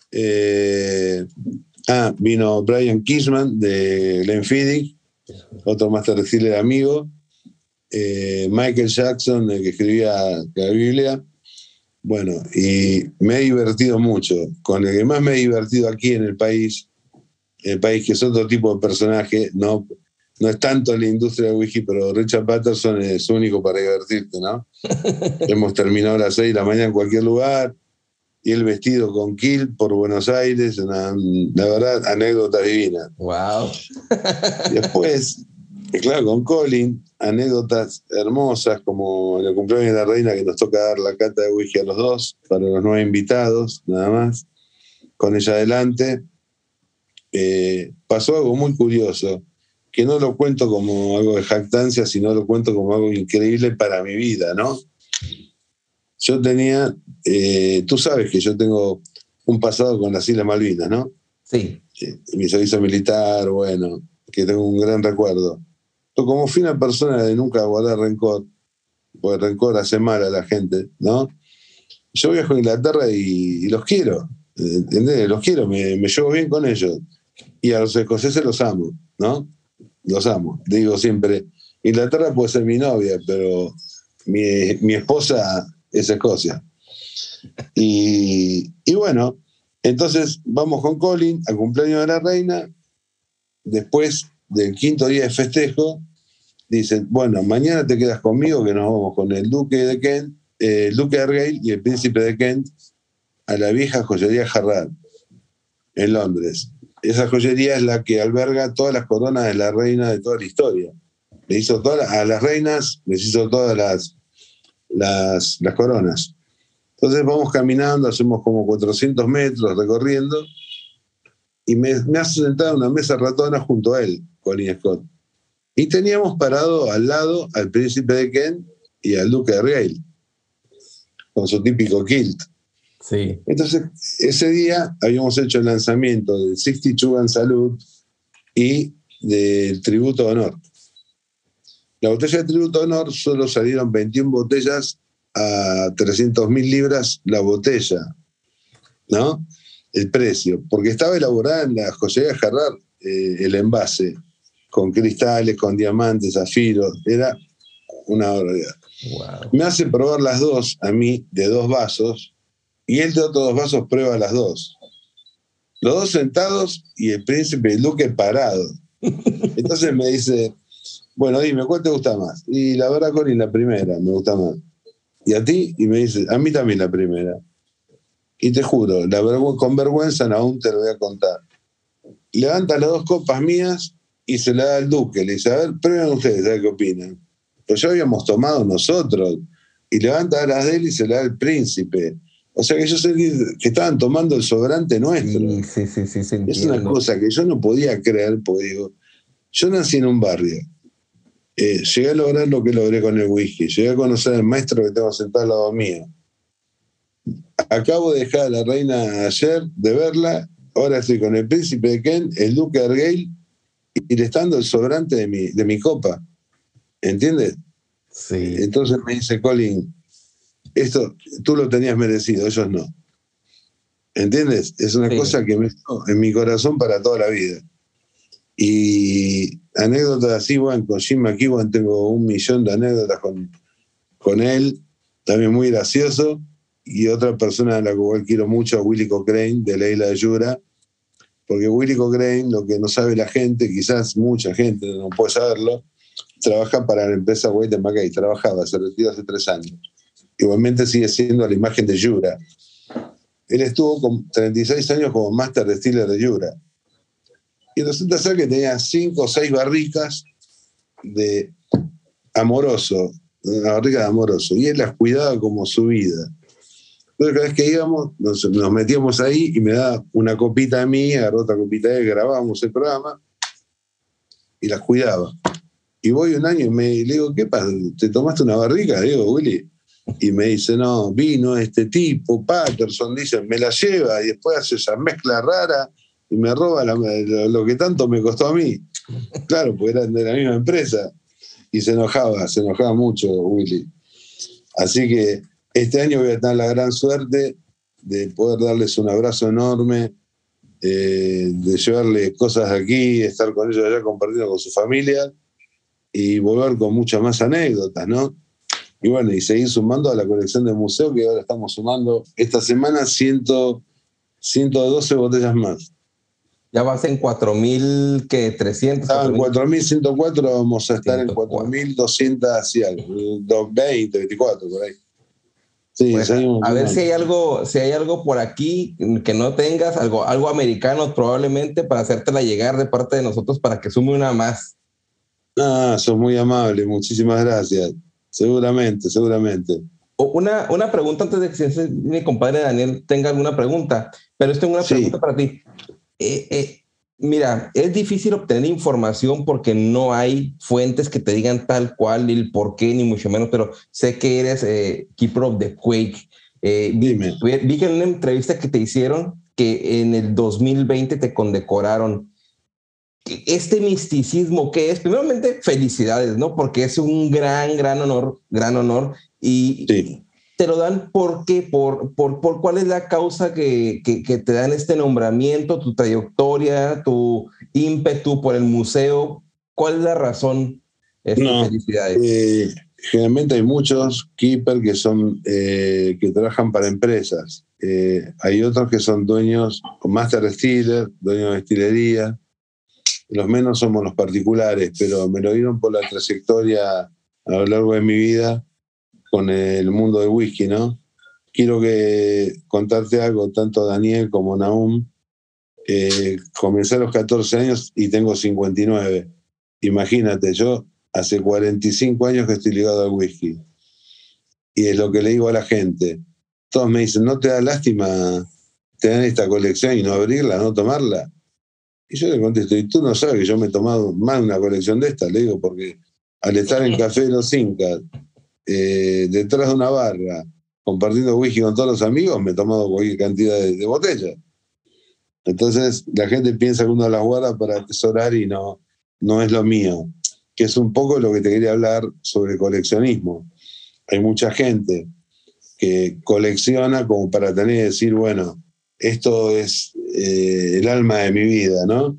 vino Brian Kishman de Glenfiddich, otro Master Distiller amigo, Michael Jackson, el que escribía la Biblia. Bueno, y me he divertido mucho. Con el que más me he divertido aquí en el país que es otro tipo de personaje, no es tanto en la industria del whisky, pero Richard Patterson es único para divertirte, ¿no? Hemos terminado a las 6 de la mañana en cualquier lugar, y el vestido con kilt por Buenos Aires, la verdad, anécdota divina. Wow. Después, claro, con Colin, anécdotas hermosas, como en el cumpleaños de la reina, que nos toca dar la cata de whisky a los dos, para los 9 invitados, nada más, con ella adelante. Pasó algo muy curioso, que no lo cuento como algo de jactancia, sino lo cuento como algo increíble para mi vida, ¿no? Yo tenía, tú sabes que yo tengo un pasado con las Islas Malvinas, ¿no? Sí. Mi servicio militar, bueno, que tengo un gran recuerdo. Yo, como fui una persona de nunca guardar rencor, porque el rencor hace mal a la gente, ¿no? Yo viajo a Inglaterra y los quiero, ¿entendés? Los quiero, me llevo bien con ellos. Y a los escoceses los amo, ¿no? Los amo. Digo siempre, Inglaterra puede ser mi novia, pero mi esposa es Escocia. Y bueno, entonces vamos con Colin al cumpleaños de la reina. Después del 5.º día de festejo, dicen, bueno, mañana te quedas conmigo, que nos vamos con el duque de Kent, el duque de Argyll y el príncipe de Kent a la vieja joyería Harrad en Londres. Esa joyería es la que alberga todas las coronas de la reina de toda la historia. Le hizo a las reinas, les hizo todas las coronas. Entonces vamos caminando, hacemos como 400 metros recorriendo, y me hace sentar en una mesa ratona junto a él, Colin Scott. Y teníamos parado al lado al príncipe de Kent y al duque de Argyll, con su típico kilt. Sí. Entonces, ese día habíamos hecho el lanzamiento del 62 Gun Salute y del Tributo de Honor. La botella de Tributo de Honor solo salieron 21 botellas a 300.000 libras la botella, ¿no? El precio, porque estaba elaborada en la joyería Harrad, el envase, con cristales, con diamantes, zafiros, era una barbaridad. Wow. Me hace probar las dos, a mí, de 2 vasos, y él de otros 2 vasos prueba las dos. Los dos sentados y el príncipe y el duque parado. Entonces me dice, bueno, dime, ¿cuál te gusta más? Y la verdad, Colin, la primera me gusta más. ¿Y a ti? Y me dice, a mí también la primera. Y te juro, con vergüenza aún te lo voy a contar. Levanta las 2 copas mías y se la da al duque. Le dice, a ver, prueben ustedes, a ver qué opinan. Pues ya habíamos tomado nosotros. Y levanta las de él y se la da al príncipe. O sea que yo sé que estaban tomando el sobrante nuestro. Sí, es una cosa que yo no podía creer, porque digo, yo nací en un barrio. Llegué a lograr lo que logré con el whisky. Llegué a conocer al maestro que tengo sentado al lado mío. Acabo de dejar a la reina ayer de verla. Ahora estoy con el príncipe de Kent, el duque de Argyll, y le está dando el sobrante de mi copa. ¿Entiendes? Sí. Entonces me dice Colin, esto tú lo tenías merecido, ellos no. ¿Entiendes? Es una cosa que me quedó en mi corazón para toda la vida. Y anécdotas así, bueno, con Jim McEwan tengo 1.000.000 de anécdotas con él, también muy gracioso. Y otra persona a la cual quiero mucho, a Willy Cochrane, de la isla de Jura, porque Willy Cochrane, lo que no sabe la gente, quizás mucha gente no puede saberlo, trabaja para la empresa White & Mackay, se retiró hace 3 años. Igualmente sigue siendo la imagen de Jura. Él estuvo con 36 años como Master Distiller de Jura. Y resulta ser que tenía 5 o 6 barricas de Amoroso, una barrica de Amoroso, y él las cuidaba como su vida. Entonces cada vez que íbamos, nos metíamos ahí y me daba una copita a mí, agarró otra copita de él, grabábamos el programa y las cuidaba. Y voy un año y le digo, ¿qué pasa? ¿Te tomaste una barrica? Le digo, Willy. Y me dice, no, vino este tipo, Patterson, dice, me la lleva y después hace esa mezcla rara y me roba lo que tanto me costó a mí. Claro, porque eran de la misma empresa. Y se enojaba mucho Willy. Así que este año voy a tener la gran suerte de poder darles un abrazo enorme, de llevarles cosas de aquí, estar con ellos allá compartiendo con su familia y volver con muchas más anécdotas, ¿no? Y bueno, y seguir sumando a la colección de museo, que ahora estamos sumando esta semana 112 botellas más. Ya vas en 4.300. Estaba en 4.104, vamos a estar en 4.200 hacia 20, 24, por ahí. Sí, pues, a ver si hay algo por aquí que no tengas, algo americano probablemente, para hacértela llegar de parte de nosotros para que sume una más. Ah, sos muy amable, muchísimas gracias. Seguramente. Una pregunta antes de que mi compadre Daniel tenga alguna pregunta, pero tengo una pregunta para ti. Mira, es difícil obtener información porque no hay fuentes que te digan tal cual el por qué, ni mucho menos, pero sé que eres Keeper of the Quake. Dime. Vi que en una entrevista que te hicieron que en el 2020 te condecoraron. Este misticismo que es, primeramente, felicidades, ¿no? Porque es un gran honor y sí. Te lo dan porque por cuál es la causa que te dan este nombramiento, tu trayectoria, tu ímpetu por el museo. ¿Cuál es la razón? Felicidades. Generalmente hay muchos keepers que son que trabajan para empresas. Hay otros que son dueños, master distiller, dueños de destilería. Los menos somos los particulares, pero me lo dieron por la trayectoria a lo largo de mi vida con el mundo del whisky, ¿no? Quiero contarte algo, tanto Daniel como Nahum. Comencé a los 14 años y tengo 59. Imagínate, yo hace 45 años que estoy ligado al whisky. Y es lo que le digo a la gente. Todos me dicen, ¿no te da lástima tener esta colección y no abrirla, no tomarla? Y yo le contesto, y tú no sabes que yo me he tomado más de una colección de estas, le digo, porque al estar en Café de los Incas, detrás de una barra, compartiendo whisky con todos los amigos, me he tomado cualquier cantidad de botellas. Entonces la gente piensa que uno las guarda para atesorar y no es lo mío, que es un poco lo que te quería hablar sobre coleccionismo. Hay mucha gente que colecciona como para tener y decir, bueno, esto es el alma de mi vida, ¿no?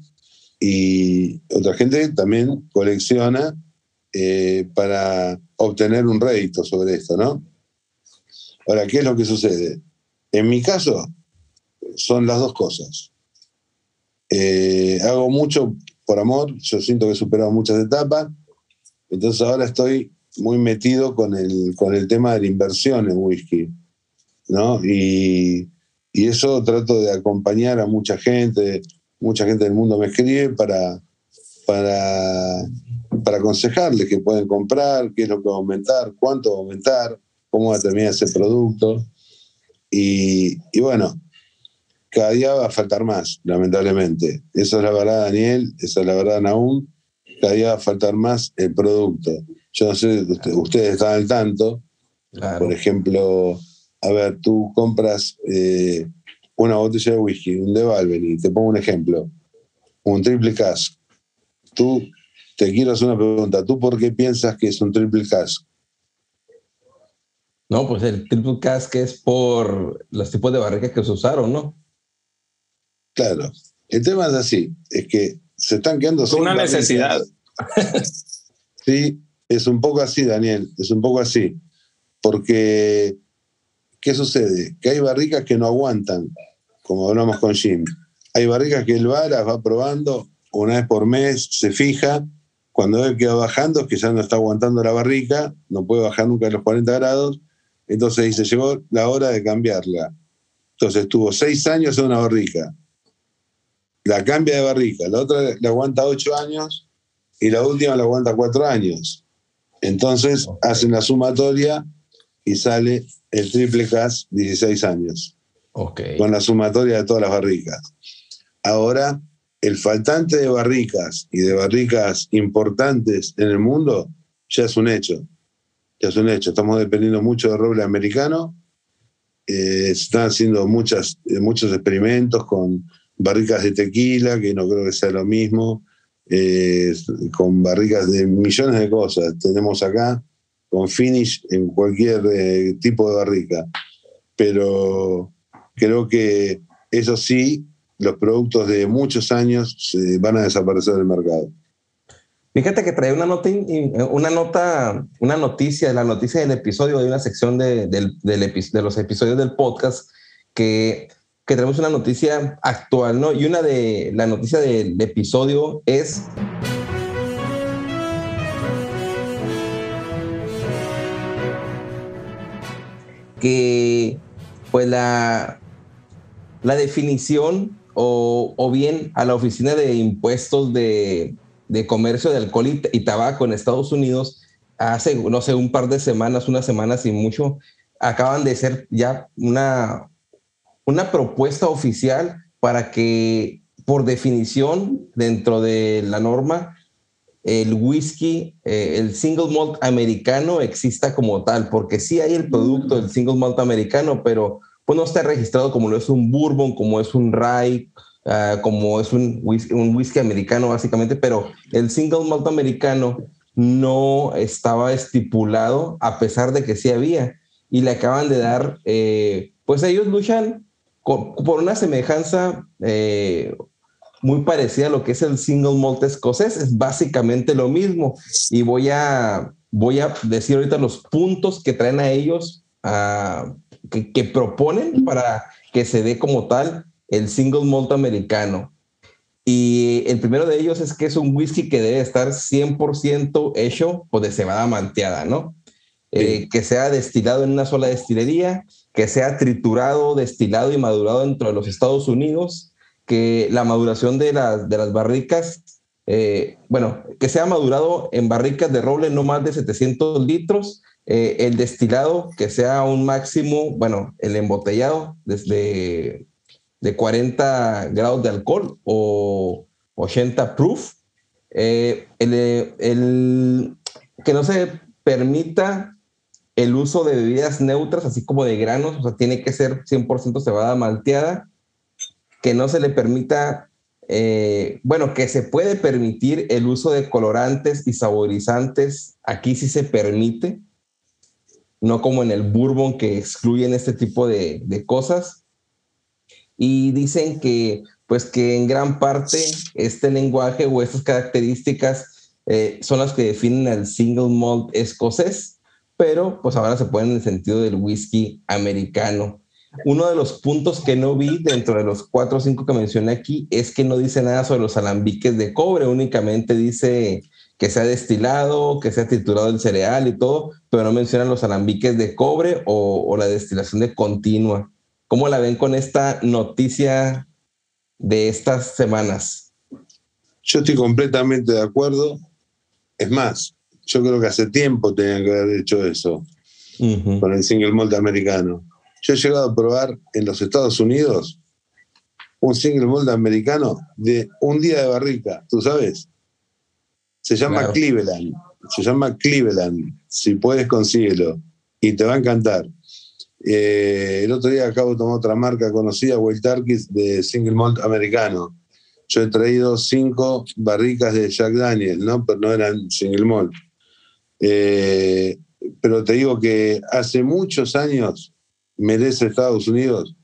Y otra gente también colecciona para obtener un rédito sobre esto, ¿no? Ahora, ¿qué es lo que sucede? En mi caso, son las dos cosas. Hago mucho por amor, yo siento que he superado muchas etapas, entonces ahora estoy muy metido con el tema de la inversión en whisky, ¿no? Y eso trato de acompañar a mucha gente del mundo me escribe para aconsejarles qué pueden comprar, qué es lo que va a aumentar, cuánto va a aumentar, cómo va a terminar ese producto. Y bueno, cada día va a faltar más, lamentablemente. Eso es la verdad, Daniel, esa es la verdad, Nahum. Cada día va a faltar más el producto. Yo no sé, ustedes están al tanto. Claro. Por ejemplo, a ver, tú compras una botella de whisky, un de Balvenie, te pongo un ejemplo, un triple cask. Te quiero hacer una pregunta. ¿Tú por qué piensas que es un triple cask? No, pues el triple cask es por los tipos de barricas que se usaron, ¿no? Claro. El tema es así, es que se están quedando sin una barricas. Necesidad. Sí, es un poco así, Daniel, es un poco así. Porque, ¿qué sucede? Que hay barricas que no aguantan, como hablamos con Jim. Hay barricas que él las va probando una vez por mes, se fija. Cuando ve que va bajando, es que ya no está aguantando la barrica, no puede bajar nunca de los 40 grados. Entonces dice, llegó la hora de cambiarla. Entonces tuvo 6 años en una barrica. La cambia de barrica. La otra la aguanta 8 años y la última la aguanta 4 años. Entonces hacen la sumatoria y sale el triple cask 16 años. Con la sumatoria de todas las barricas. Ahora, el faltante de barricas y de barricas importantes en el mundo ya es un hecho. Ya es un hecho. Estamos dependiendo mucho del roble americano. Se están haciendo muchos experimentos con barricas de tequila, que no creo que sea lo mismo, con barricas de millones de cosas. Tenemos acá con finish en cualquier tipo de barrica. Pero creo que eso sí, los productos de muchos años van a desaparecer del mercado. Fíjate que trae una noticia, la noticia del episodio, de una sección de los episodios del podcast que tenemos una noticia actual, ¿no? Y la noticia del episodio es que pues la definición o bien a la Oficina de Impuestos de Comercio de Alcohol y Tabaco en Estados Unidos hace, no sé, un par de semanas, una semana sin mucho, acaban de hacer ya una propuesta oficial para que, por definición, dentro de la norma, el whisky, el single malt americano exista como tal, porque sí hay el producto del single malt americano, pero pues no está registrado como lo es un bourbon, como es un rye, como es un whisky americano básicamente, pero el single malt americano no estaba estipulado, a pesar de que sí había, y le acaban de dar, pues ellos luchan por una semejanza muy parecida a lo que es el single malt escocés, es básicamente lo mismo, y voy a decir ahorita los puntos que traen a ellos, que proponen para que se dé como tal el single malt americano. Y el primero de ellos es que es un whisky que debe estar 100% hecho pues, de cebada malteada, ¿no? Sí. Que sea destilado en una sola destilería, que sea triturado, destilado y madurado dentro de los Estados Unidos, que la maduración de las barricas, que sea madurado en barricas de roble no más de 700 litros, el destilado que sea un máximo, el embotellado desde de 40 grados de alcohol o 80 proof, que no se permita el uso de bebidas neutras, así como de granos, o sea, tiene que ser 100% cebada malteada, que no se le permita, que se puede permitir el uso de colorantes y saborizantes, aquí sí se permite, no como en el bourbon que excluyen este tipo de cosas. Y dicen que en gran parte este lenguaje o estas características son las que definen al single malt escocés, pero pues ahora se ponen en el sentido del whisky americano. Uno de los puntos que no vi dentro de los 4 o 5 que mencioné aquí es que no dice nada sobre los alambiques de cobre, únicamente dice que sea destilado, que sea triturado el cereal y todo, pero no mencionan los alambiques de cobre o la destilación de continua. ¿Cómo la ven con esta noticia de estas semanas? Yo estoy completamente de acuerdo. Es más, yo creo que hace tiempo tenían que haber hecho eso con el single malt americano. Yo he llegado a probar en los Estados Unidos un single malt americano de un día de barrica, ¿tú sabes? Se llama Cleveland. Se llama Cleveland. Si puedes, consíguelo. Y te va a encantar. El otro día acabo de tomar otra marca conocida, Wild Turkey, de single malt americano. Yo he traído 5 barricas de Jack Daniel, ¿no? Pero no eran single malt. Pero te digo que hace muchos años merece Estados Unidos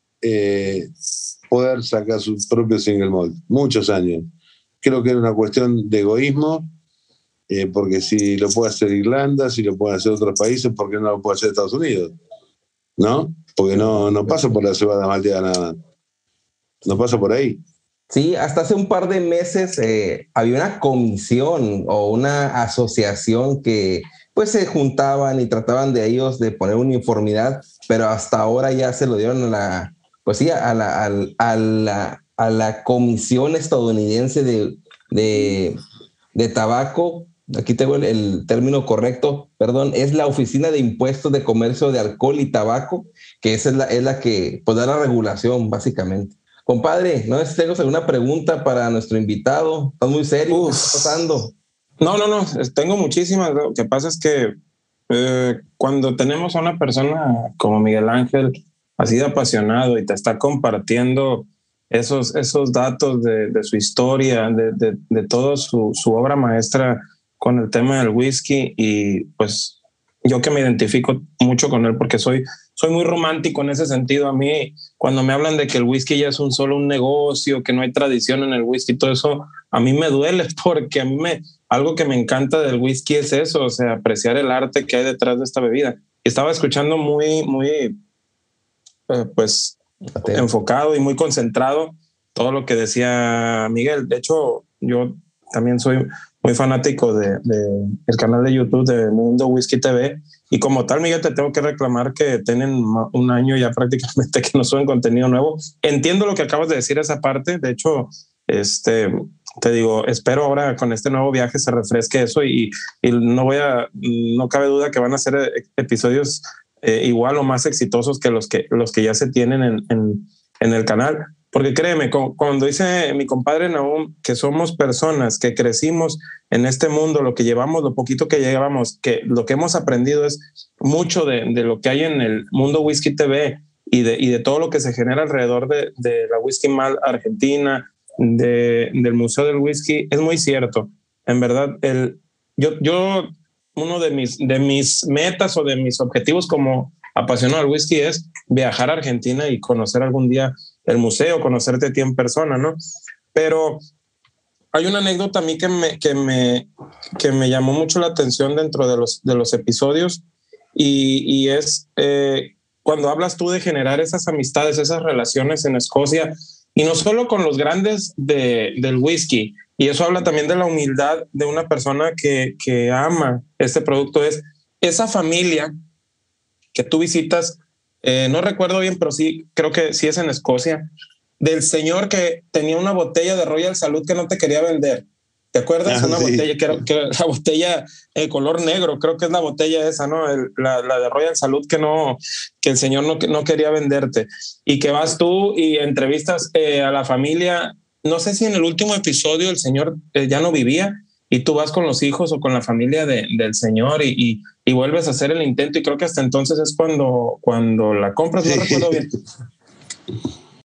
poder sacar su propio single malt. Muchos años. Creo que era una cuestión de egoísmo, porque si lo puede hacer Irlanda, si lo pueden hacer otros países, ¿por qué no lo puede hacer Estados Unidos? ¿No? Porque no pasa por la cebada malteada nada más. No pasa por ahí. Sí, hasta hace un par de meses había una comisión o una asociación que pues se juntaban y trataban de ellos de poner uniformidad, pero hasta ahora ya se lo dieron a la Comisión Estadounidense de Tabaco. Aquí tengo el término correcto, perdón, es la Oficina de Impuestos de Comercio de Alcohol y Tabaco, que esa es la que pues, da la regulación, básicamente. Compadre, no sé si tengo alguna pregunta para nuestro invitado. Estás muy serio. ¿Qué está pasando? No, tengo muchísimas. Lo que pasa es que cuando tenemos a una persona como Miguel Ángel, así de apasionado y te está compartiendo esos datos de su historia, de toda su obra maestra con el tema del whisky, y pues yo que me identifico mucho con él porque soy muy romántico en ese sentido. A mí, cuando me hablan de que el whisky ya es solo un negocio, que no hay tradición en el whisky, todo eso a mí me duele, porque a mí algo que me encanta del whisky es eso, o sea, apreciar el arte que hay detrás de esta bebida. Y estaba escuchando muy enfocado y muy concentrado todo lo que decía Miguel. De hecho, yo también soy muy fanático de el canal de YouTube de Mundo Whisky TV. Y como tal, Miguel, te tengo que reclamar que tienen un año ya prácticamente que no suben contenido nuevo. Entiendo lo que acabas de decir, esa parte. De hecho, te digo, espero ahora con este nuevo viaje se refresque eso y no cabe duda que van a ser episodios igual o más exitosos que los que ya se tienen en el canal. Porque créeme, cuando dice mi compadre Nahum que somos personas que crecimos en este mundo, lo que llevamos, lo poquito que llevamos, que lo que hemos aprendido es mucho de lo que hay en el Mundo Whisky TV y de todo lo que se genera alrededor de la Whisky Malt Argentina, del Museo del Whisky, es muy cierto. En verdad, yo uno de mis metas o de mis objetivos como apasionado del whisky es viajar a Argentina y conocer algún día el museo, conocerte a ti en persona, ¿no? Pero hay una anécdota a mí que me llamó mucho la atención dentro de los episodios y es cuando hablas tú de generar esas amistades, esas relaciones en Escocia, y no solo con los grandes del whisky, y eso habla también de la humildad de una persona que ama este producto, es esa familia que tú visitas, no recuerdo bien, pero sí, creo que sí es en Escocia, del señor que tenía una botella de Royal Salud que no te quería vender. ¿Te acuerdas? Una botella que era la botella de color negro, creo que es la botella esa, ¿no? La de Royal Salud que el señor no quería venderte. Y que vas tú y entrevistas a la familia. No sé si en el último episodio el señor ya no vivía y tú vas con los hijos o con la familia del señor y vuelves a hacer el intento, y creo que hasta entonces es cuando la compras, no recuerdo bien.